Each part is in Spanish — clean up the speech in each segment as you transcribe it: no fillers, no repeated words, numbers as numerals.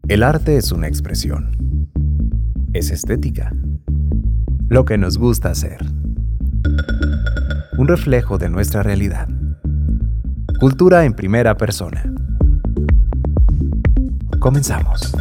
El arte es una expresión. Es estética. Lo que nos gusta hacer. Un reflejo de nuestra realidad. Cultura en primera persona. Comenzamos.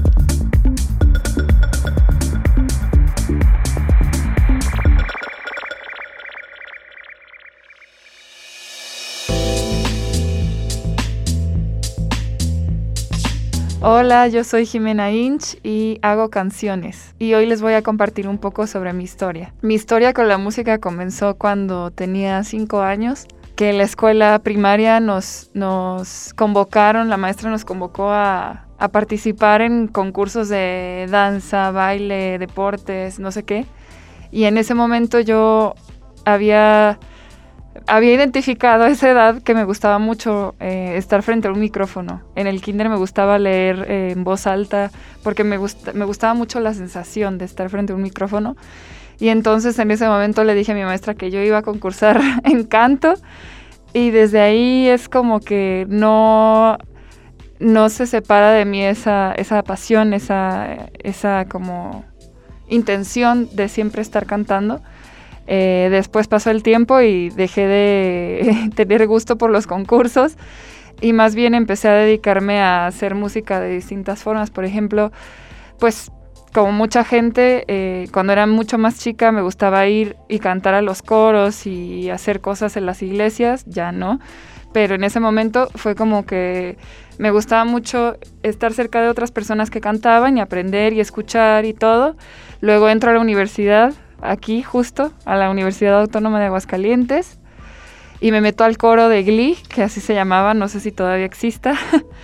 Hola, yo soy Jimena Inch y hago canciones. Y hoy les voy a compartir un poco sobre mi historia. Mi historia con la música comenzó cuando tenía 5 años, que en la escuela primaria nos convocaron, la maestra nos convocó a participar en concursos de danza, baile, deportes, no sé qué. Y en ese momento yo había identificado a esa edad que me gustaba mucho estar frente a un micrófono. En el kinder me gustaba leer en voz alta porque me gustaba mucho la sensación de estar frente a un micrófono. Y entonces en ese momento le dije a mi maestra que yo iba a concursar en canto y desde ahí es como que no se separa de mí esa pasión, esa como intención de siempre estar cantando. Después pasó el tiempo y dejé de tener gusto por los concursos y más bien empecé a dedicarme a hacer música de distintas formas. Por ejemplo, pues como mucha gente, cuando era mucho más chica me gustaba ir y cantar a los coros y hacer cosas en las iglesias, ya no, pero en ese momento fue como que me gustaba mucho estar cerca de otras personas que cantaban y aprender y escuchar y todo. Luego entro a la universidad, aquí justo, a la Universidad Autónoma de Aguascalientes, y me meto al coro de Glee, que así se llamaba, no sé si todavía exista.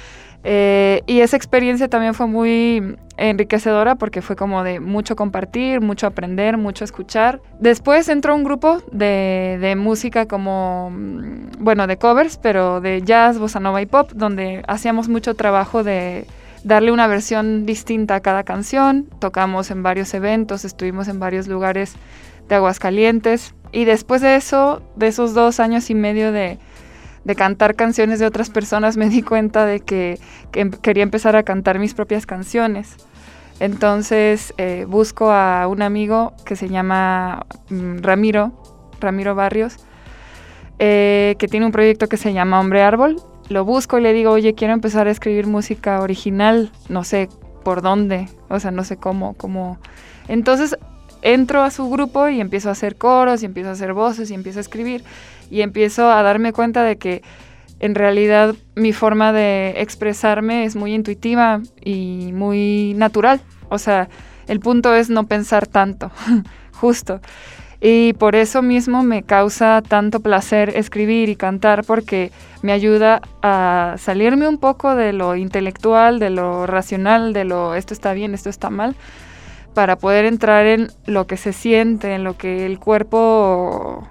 Y esa experiencia también fue muy enriquecedora porque fue como de mucho compartir, mucho aprender, mucho escuchar. Después entró un grupo de música como, bueno, de covers, pero de jazz, bossa nova y pop, donde hacíamos mucho trabajo de darle una versión distinta a cada canción. Tocamos en varios eventos, estuvimos en varios lugares de Aguascalientes. Y después de eso, de esos 2 años y medio de cantar canciones de otras personas, me di cuenta de que quería empezar a cantar mis propias canciones. Entonces busco a un amigo que se llama Ramiro Barrios, que tiene un proyecto que se llama Hombre Árbol. Lo busco y le digo, oye, quiero empezar a escribir música original, no sé por dónde, o sea, no sé cómo. Entonces entro a su grupo y empiezo a hacer coros, y empiezo a hacer voces, y empiezo a escribir, y empiezo a darme cuenta de que en realidad mi forma de expresarme es muy intuitiva y muy natural. O sea, el punto es no pensar tanto, justo. Y por eso mismo me causa tanto placer escribir y cantar, porque me ayuda a salirme un poco de lo intelectual, de lo racional, de lo esto está bien, esto está mal, para poder entrar en lo que se siente, en lo que el cuerpo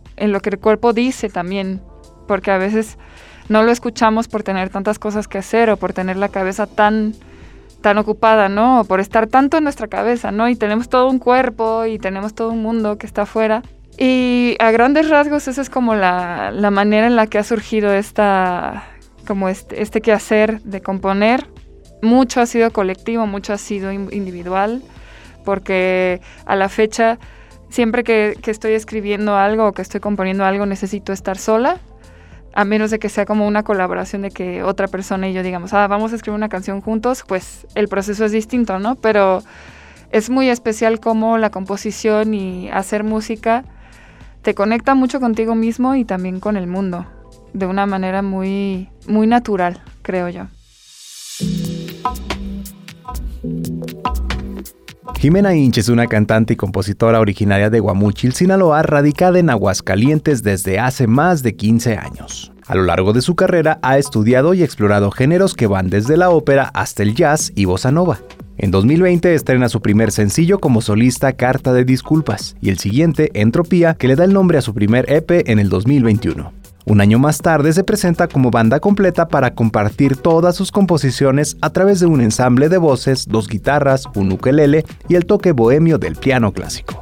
dice también, porque a veces no lo escuchamos por tener tantas cosas que hacer o por tener la cabeza tan ocupada, ¿no? O por estar tanto en nuestra cabeza, ¿no? Y tenemos todo un cuerpo y tenemos todo un mundo que está afuera. Y a grandes rasgos esa es como la manera en la que ha surgido este quehacer de componer. Mucho ha sido colectivo, mucho ha sido individual, porque a la fecha, siempre que estoy escribiendo algo o que estoy componiendo algo, necesito estar sola, a menos de que sea como una colaboración de que otra persona y yo digamos, vamos a escribir una canción juntos, pues el proceso es distinto, ¿no? Pero es muy especial cómo la composición y hacer música te conecta mucho contigo mismo y también con el mundo, de una manera muy, muy natural, creo yo. Jimena Inch es una cantante y compositora originaria de Guamúchil, Sinaloa, radicada en Aguascalientes desde hace más de 15 años. A lo largo de su carrera ha estudiado y explorado géneros que van desde la ópera hasta el jazz y bossa nova. En 2020 estrena su primer sencillo como solista, Carta de Disculpas, y el siguiente, Entropía, que le da el nombre a su primer EP en el 2021. Un año más tarde se presenta como banda completa para compartir todas sus composiciones a través de un ensamble de voces, 2 guitarras, un ukelele y el toque bohemio del piano clásico.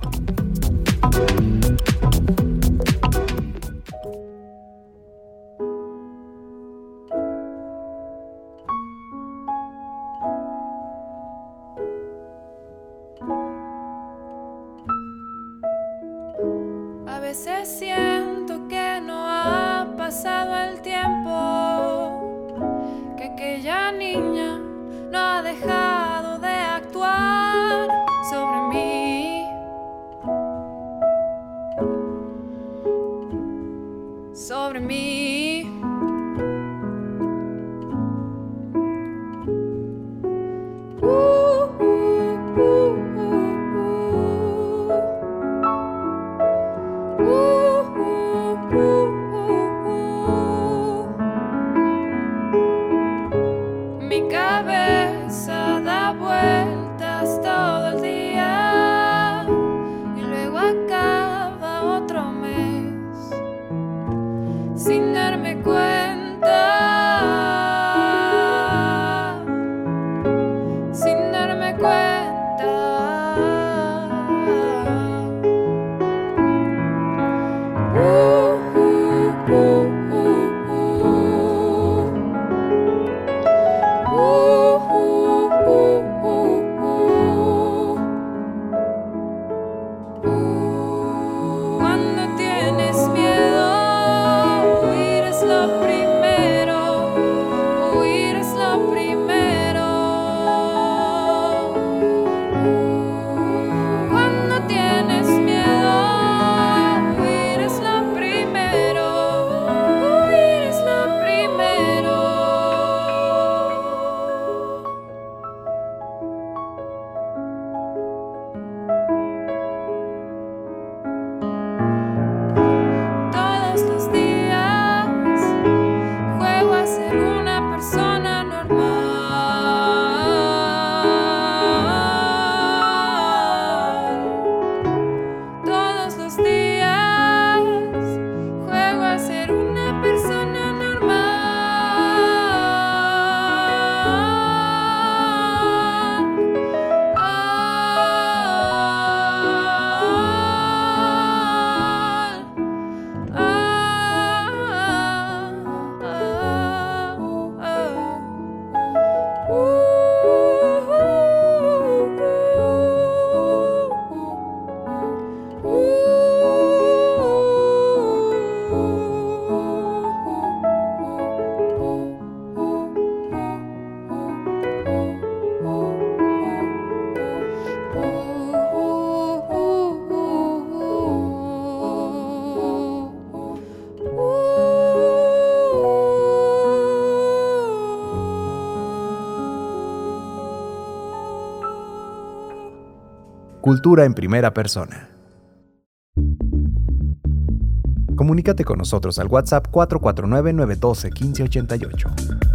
veces siento que no ha pasado el tiempo, que aquella niña no ha dejado de actuar sobre mí, sobre mí. Mi cabeza da vueltas todo el día y luego acaba otro mes sin darme cuenta, sin darme cuenta. Cuando tienes miedo, huir es lo primero, huir es lo primero. Cuando tienes miedo, huir es lo primero, huir es lo primero. Todos los días juego a ser una persona normal. Todos los días juego a ser una persona Cultura en primera persona. Comunícate con nosotros al WhatsApp 449-912-1588.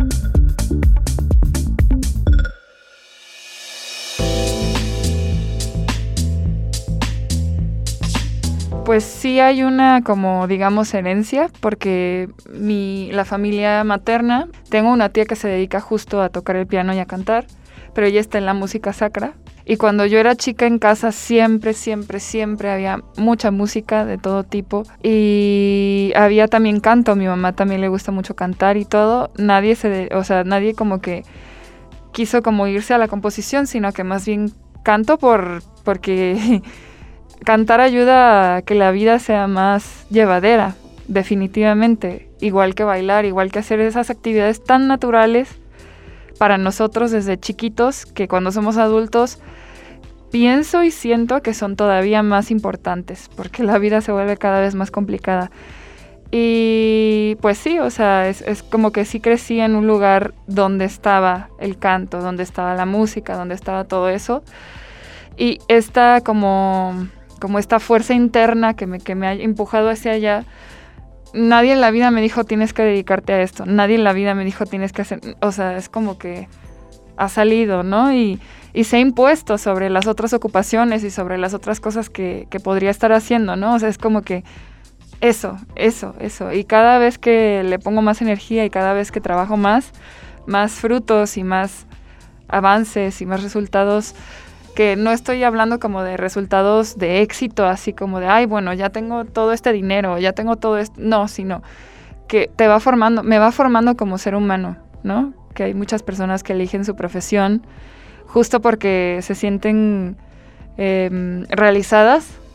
Pues sí hay una, como digamos, herencia, porque la familia materna, tengo una tía que se dedica justo a tocar el piano y a cantar, pero ella está en la música sacra. Y cuando yo era chica en casa siempre había mucha música de todo tipo y había también canto. Mi mamá también le gusta mucho cantar y todo. Nadie como que quiso como irse a la composición, sino que más bien canto porque cantar ayuda a que la vida sea más llevadera, definitivamente. Igual que bailar, igual que hacer esas actividades tan naturales para nosotros desde chiquitos, que cuando somos adultos pienso y siento que son todavía más importantes, porque la vida se vuelve cada vez más complicada. Y pues sí, o sea, es como que sí crecí en un lugar donde estaba el canto, donde estaba la música, donde estaba todo eso. Y esta como esta fuerza interna que me ha empujado hacia allá. Nadie en la vida me dijo tienes que dedicarte a esto, nadie en la vida me dijo tienes que hacer, o sea, es como que ha salido, ¿no? Y se ha impuesto sobre las otras ocupaciones y sobre las otras cosas que podría estar haciendo, ¿no? O sea, es como que eso, y cada vez que le pongo más energía y cada vez que trabajo más frutos y más avances y más resultados, que no estoy hablando como de resultados de éxito, así como de, ay, bueno, ya tengo todo este dinero, ya tengo todo esto, no, sino que me va formando como ser humano, ¿no? Que hay muchas personas que eligen su profesión justo porque se sienten realizadas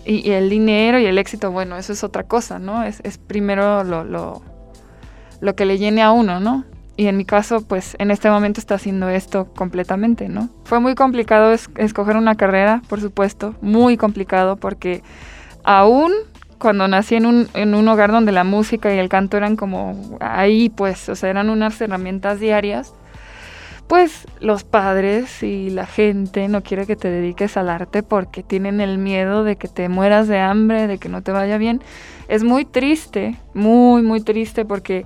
Y el dinero y el éxito, bueno, eso es otra cosa, ¿no? Es primero lo que le llene a uno, ¿no? Y en mi caso, pues en este momento está haciendo esto completamente, ¿no? Fue muy complicado escoger una carrera, por supuesto, muy complicado, porque aún cuando nací en un hogar donde la música y el canto eran como ahí, pues, o sea, eran unas herramientas diarias, pues los padres y la gente no quiere que te dediques al arte porque tienen el miedo de que te mueras de hambre, de que no te vaya bien. Es muy triste, muy, muy triste porque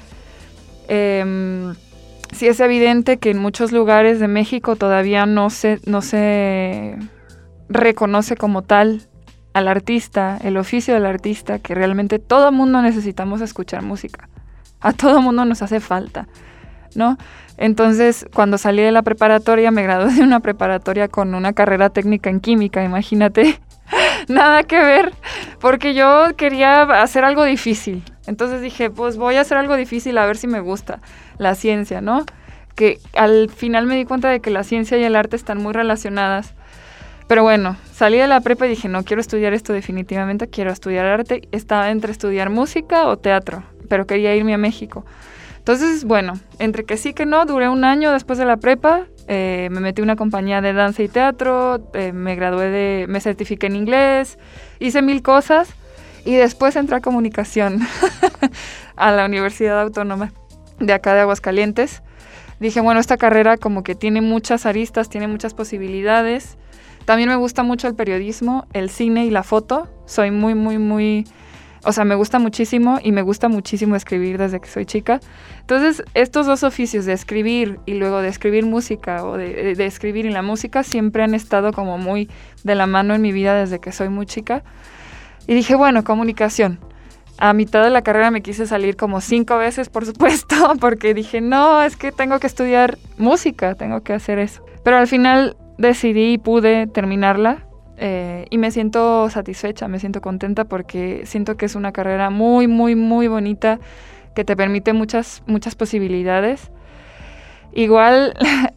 sí es evidente que en muchos lugares de México todavía no se reconoce como tal al artista, el oficio del artista, que realmente todo mundo necesitamos escuchar música. A todo mundo nos hace falta, ¿no? Entonces, cuando salí de la preparatoria, me gradué de una preparatoria con una carrera técnica en química, imagínate. Nada que ver, porque yo quería hacer algo difícil. Entonces dije, pues voy a hacer algo difícil a ver si me gusta la ciencia, ¿no? Que al final me di cuenta de que la ciencia y el arte están muy relacionadas. Pero bueno, salí de la prepa y dije, no quiero estudiar esto definitivamente, quiero estudiar arte. Estaba entre estudiar música o teatro, pero quería irme a México. Entonces, bueno, entre que sí que no, duré un año después de la prepa, me metí en una compañía de danza y teatro, me certifiqué en inglés, hice 1000 cosas y después entré a comunicación a la Universidad Autónoma de acá de Aguascalientes. Dije, bueno, esta carrera como que tiene muchas aristas, tiene muchas posibilidades. También me gusta mucho el periodismo, el cine y la foto. Soy muy... O sea, me gusta muchísimo y me gusta muchísimo escribir desde que soy chica. Entonces, estos dos oficios de escribir y luego de escribir música o de escribir en la música siempre han estado como muy de la mano en mi vida desde que soy muy chica. Y dije, bueno, comunicación. A mitad de la carrera me quise salir como 5 veces, por supuesto, porque dije, no, es que tengo que estudiar música, tengo que hacer eso. Pero al final decidí y pude terminarla. Y me siento satisfecha, me siento contenta porque siento que es una carrera muy, muy, muy bonita que te permite muchas posibilidades. Igual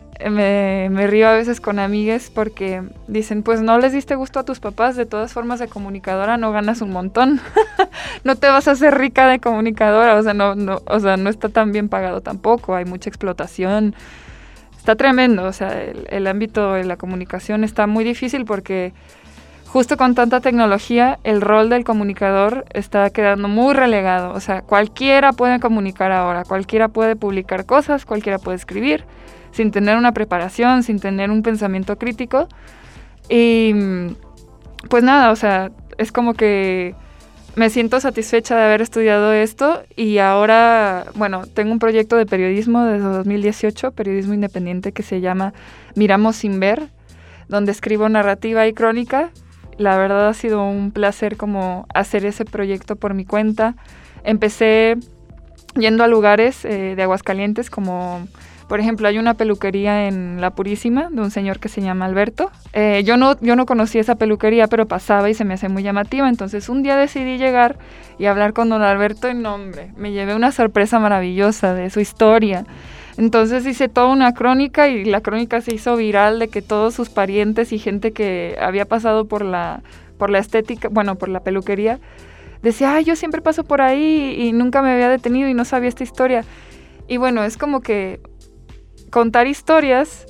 me río a veces con amigues porque dicen, pues no les diste gusto a tus papás, de todas formas de comunicadora no ganas un montón. No te vas a hacer rica de comunicadora, o sea, no está tan bien pagado tampoco, hay mucha explotación. Está tremendo, o sea, el ámbito de la comunicación está muy difícil porque justo con tanta tecnología, el rol del comunicador está quedando muy relegado. O sea, cualquiera puede comunicar ahora, cualquiera puede publicar cosas, cualquiera puede escribir, sin tener una preparación, sin tener un pensamiento crítico. Y pues nada, o sea, es como que me siento satisfecha de haber estudiado esto y ahora, bueno, tengo un proyecto de periodismo desde 2018, periodismo independiente que se llama Miramos sin ver, donde escribo narrativa y crónica. La verdad ha sido un placer como hacer ese proyecto por mi cuenta. Empecé yendo a lugares de Aguascalientes como... Por ejemplo, hay una peluquería en La Purísima de un señor que se llama Alberto. Yo no conocía esa peluquería, pero pasaba y se me hacía muy llamativa. Entonces un día decidí llegar y hablar con don Alberto y no, hombre, me llevé una sorpresa maravillosa de su historia. Entonces hice toda una crónica y la crónica se hizo viral de que todos sus parientes y gente que había pasado por la estética, bueno, por la peluquería, decía, yo siempre paso por ahí y nunca me había detenido y no sabía esta historia. Y bueno, es como que contar historias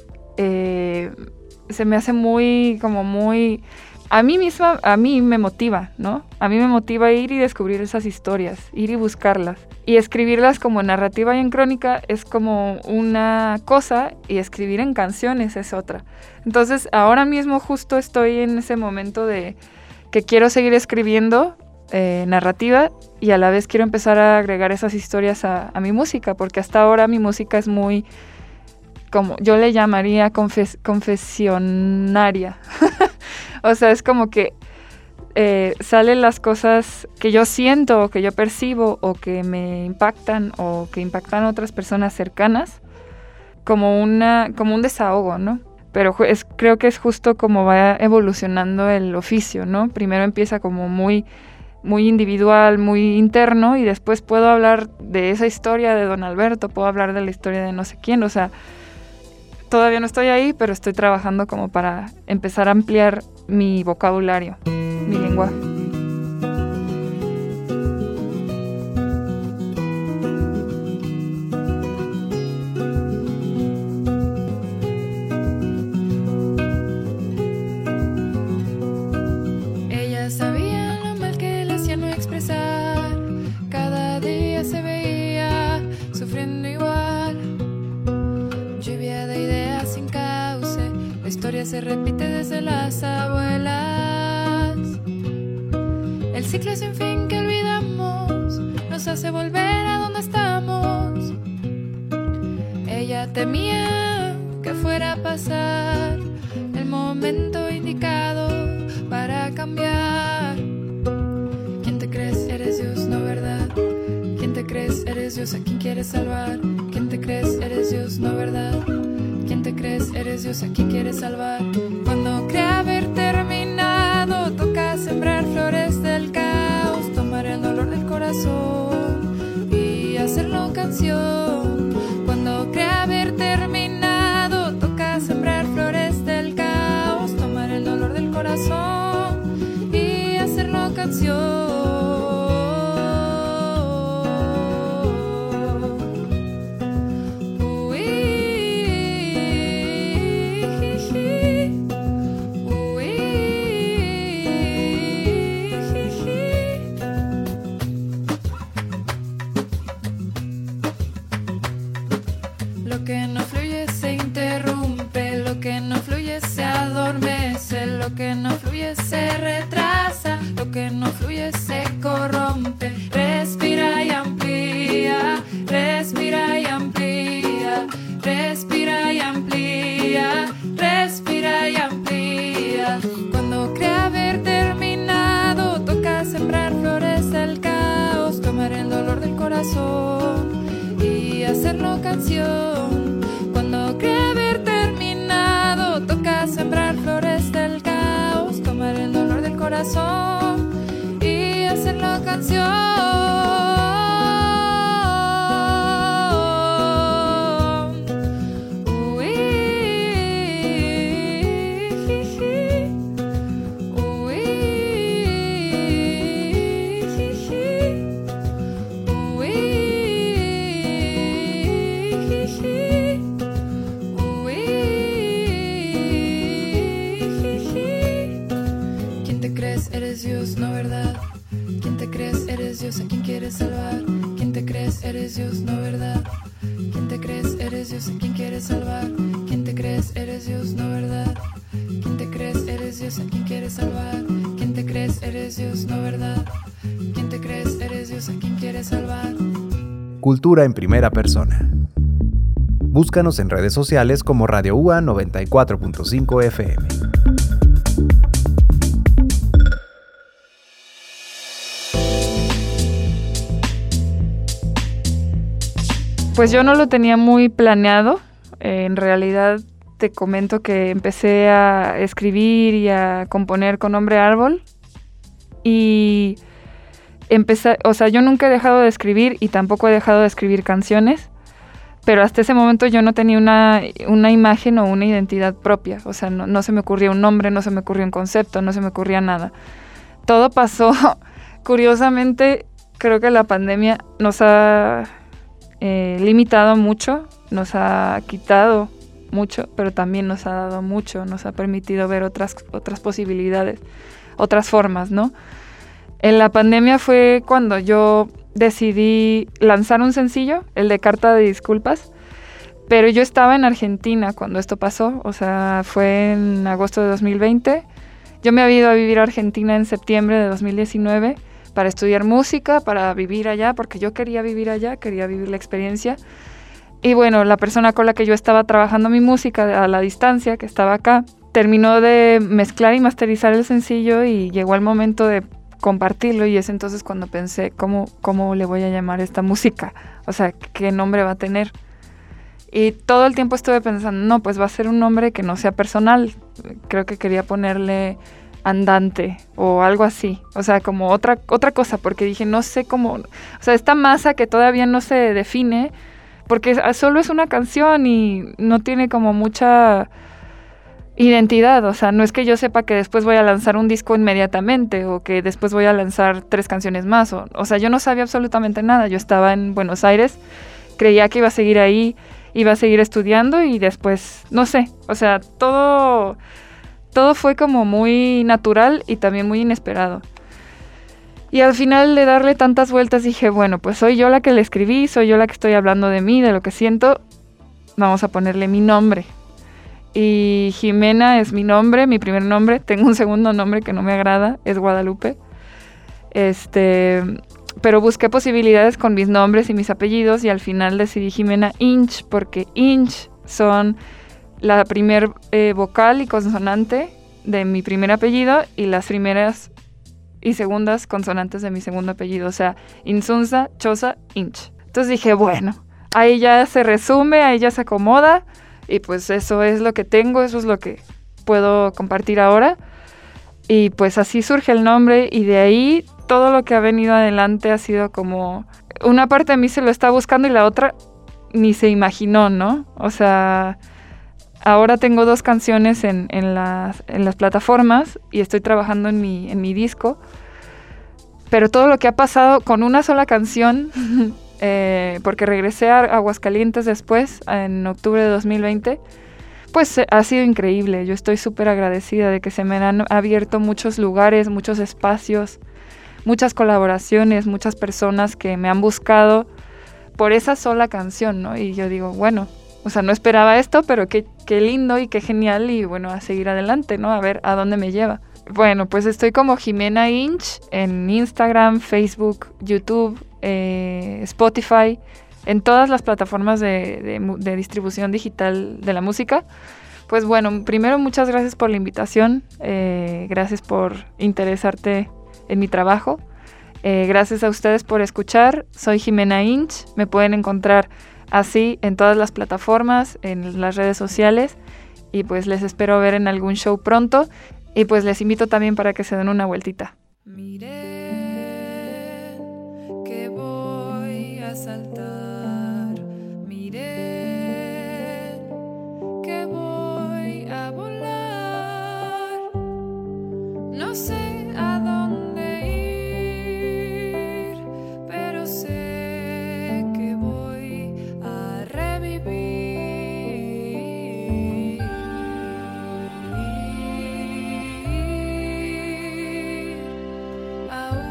se me hace muy... A mí me motiva, ¿no? A mí me motiva ir y descubrir esas historias, ir y buscarlas. Y escribirlas como narrativa y en crónica es como una cosa y escribir en canciones es otra. Entonces, ahora mismo justo estoy en ese momento de que quiero seguir escribiendo narrativa y a la vez quiero empezar a agregar esas historias a mi música, porque hasta ahora mi música es muy... como yo le llamaría confesionaria. O sea, es como que salen las cosas que yo siento o que yo percibo o que me impactan o que impactan a otras personas cercanas como un desahogo, ¿no? Pero creo que es justo como va evolucionando el oficio, ¿no? Primero empieza como muy, muy individual, muy interno y después puedo hablar de esa historia de don Alberto, puedo hablar de la historia de no sé quién, o sea... Todavía no estoy ahí, pero estoy trabajando como para empezar a ampliar mi vocabulario. mi lenguaje. Ella sabía lo mal que le hacía no expresar. Cada día se veía sufriendo igual. Lluvia de ideas sin cauce. La historia se repite desde las abuelas. El ciclo sin fin que olvidamos nos hace volver a donde estamos. Ella temía que fuera a pasar el momento indicado para cambiar. ¿Quién te crees? Eres Dios, no verdad. ¿Quién te crees? Eres Dios, a quien quieres salvar. ¿Quién te crees? Eres Dios, no verdad. ¿Quién te crees? Eres Dios, a quien quieres salvar. Cuando crea haber terminado, toca sembrar flores del caos, tomar el dolor del corazón y hacerlo canción. Cuando crea haber terminado, toca sembrar flores del caos, tomar el dolor del corazón y hacerlo canción. Lo que no fluye se interrumpe, lo que no fluye se adormece, lo que no fluye se retrasa, lo que no fluye se corrompe. Respira y amplía, respira y amplía, respira y amplía, respira y amplía. Cuando crea haber terminado, toca sembrar flores del caos, tomar el dolor del corazón y hacerlo canción. Cuando crea haber terminado, toca sembrar flores del caos, tomar el dolor del corazón y hacerlo canción. Eres Dios, no verdad. ¿Quién te crees? Eres Dios, a quien quieres salvar. ¿Quién te crees? Eres Dios, no verdad. ¿Quién te crees? Eres Dios, a quien quieres salvar. ¿Quién te crees? Eres Dios, no verdad. ¿Quién te crees? Eres Dios, a quien quieres salvar. ¿Quién te crees? Eres Dios, no verdad. ¿Quién te crees? Eres Dios, a quien quieres salvar. Cultura en primera persona. Búscanos en redes sociales como Radio UA 94.5 FM. Pues yo no lo tenía muy planeado. En realidad te comento que empecé a escribir y a componer con Hombre Árbol. Y yo nunca he dejado de escribir y tampoco he dejado de escribir canciones. Pero hasta ese momento yo no tenía una imagen o una identidad propia. O sea, no se me ocurría un nombre, no se me ocurría un concepto, no se me ocurría nada. Todo pasó, curiosamente, creo que la pandemia nos ha limitado mucho, nos ha quitado mucho, pero también nos ha dado mucho, nos ha permitido ver otras posibilidades, otras formas, ¿no? En la pandemia fue cuando yo decidí lanzar un sencillo, el de Carta de Disculpas, pero yo estaba en Argentina cuando esto pasó, o sea, fue en agosto de 2020. Yo me había ido a vivir a Argentina en septiembre de 2019 para estudiar música, para vivir allá, porque yo quería vivir allá, quería vivir la experiencia. Y bueno, la persona con la que yo estaba trabajando mi música a la distancia, que estaba acá, terminó de mezclar y masterizar el sencillo y llegó el momento de compartirlo, y es entonces cuando pensé, ¿cómo le voy a llamar esta música? O sea, ¿qué nombre va a tener? Y todo el tiempo estuve pensando, no, pues va a ser un nombre que no sea personal. Creo que quería ponerle Andante o algo así, o sea, como otra cosa, porque dije, no sé cómo, o sea, esta masa que todavía no se define, porque solo es una canción y no tiene como mucha identidad. O sea, no es que yo sepa que después voy a lanzar un disco inmediatamente o que después voy a lanzar 3 canciones más. O sea, yo no sabía absolutamente nada. Yo estaba en Buenos Aires, creía que iba a seguir ahí, iba a seguir estudiando y después, no sé, o sea, todo fue como muy natural y también muy inesperado. Y al final de darle tantas vueltas dije, bueno, pues soy yo la que le escribí, soy yo la que estoy hablando de mí, de lo que siento, vamos a ponerle mi nombre. Y Jimena es mi nombre, mi primer nombre. Tengo un segundo nombre que no me agrada, es Guadalupe. Pero busqué posibilidades con mis nombres y mis apellidos y al final decidí Jimena Inch porque Inch son la primer vocal y consonante de mi primer apellido y las primeras y segundas consonantes de mi segundo apellido. O sea, Insunza, Choza, Inch. Entonces dije, bueno, ahí ya se resume, ahí ya se acomoda. Y pues eso es lo que tengo, eso es lo que puedo compartir ahora. Y pues así surge el nombre y de ahí todo lo que ha venido adelante ha sido como... Una parte de mí se lo está buscando y la otra ni se imaginó, ¿no? O sea, ahora tengo 2 canciones en las plataformas y estoy trabajando en mi disco. Pero todo lo que ha pasado con una sola canción... porque regresé a Aguascalientes después, en octubre de 2020, pues ha sido increíble. Yo estoy súper agradecida de que se me han abierto muchos lugares, muchos espacios, muchas colaboraciones, muchas personas que me han buscado por esa sola canción, ¿no? Y yo digo, bueno, o sea, no esperaba esto, pero qué lindo y qué genial y bueno, a seguir adelante, ¿no? A ver a dónde me lleva. Bueno, pues estoy como Jimena Inch en Instagram, Facebook, YouTube, Spotify, en todas las plataformas de distribución digital de la música. Pues bueno, primero muchas gracias por la invitación, gracias por interesarte en mi trabajo, gracias a ustedes por escuchar. Soy Jimena Inch, me pueden encontrar así en todas las plataformas, en las redes sociales y pues les espero ver en algún show pronto. Y pues les invito también para que se den una vueltita. Miren que voy a saltar. Miren que voy a volar. No sé a dónde ir, pero sé que voy a revivir. Ahora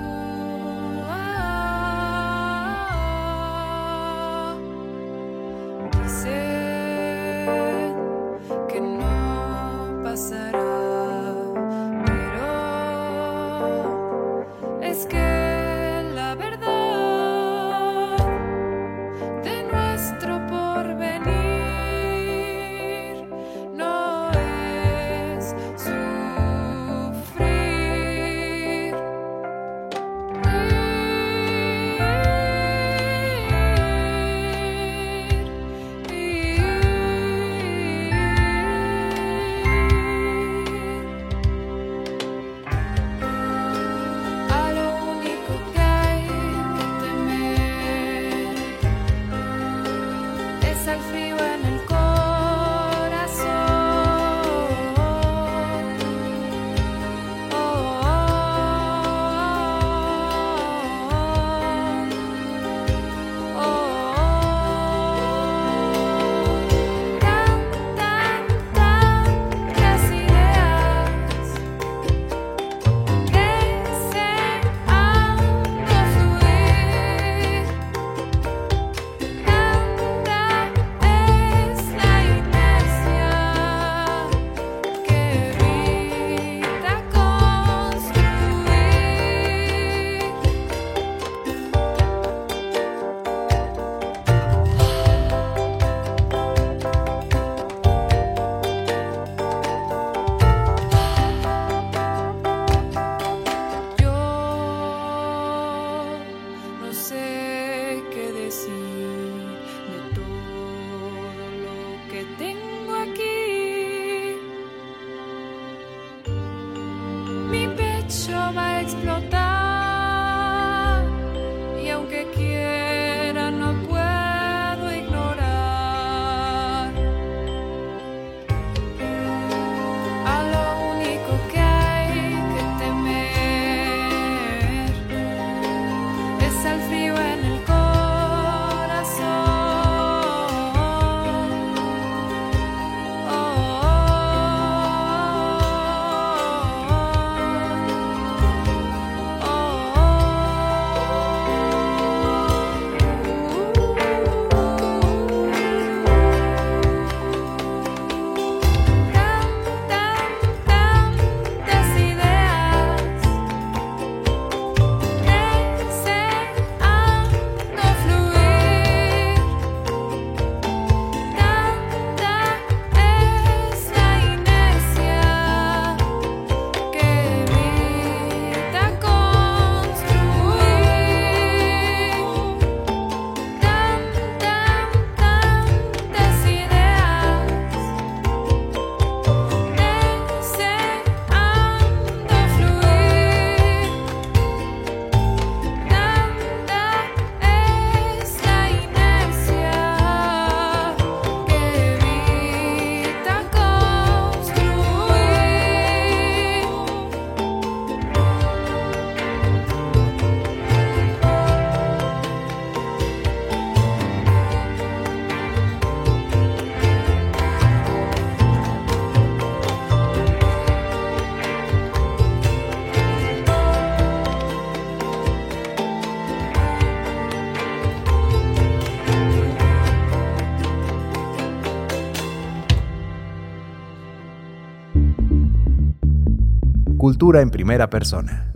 cultura en primera persona.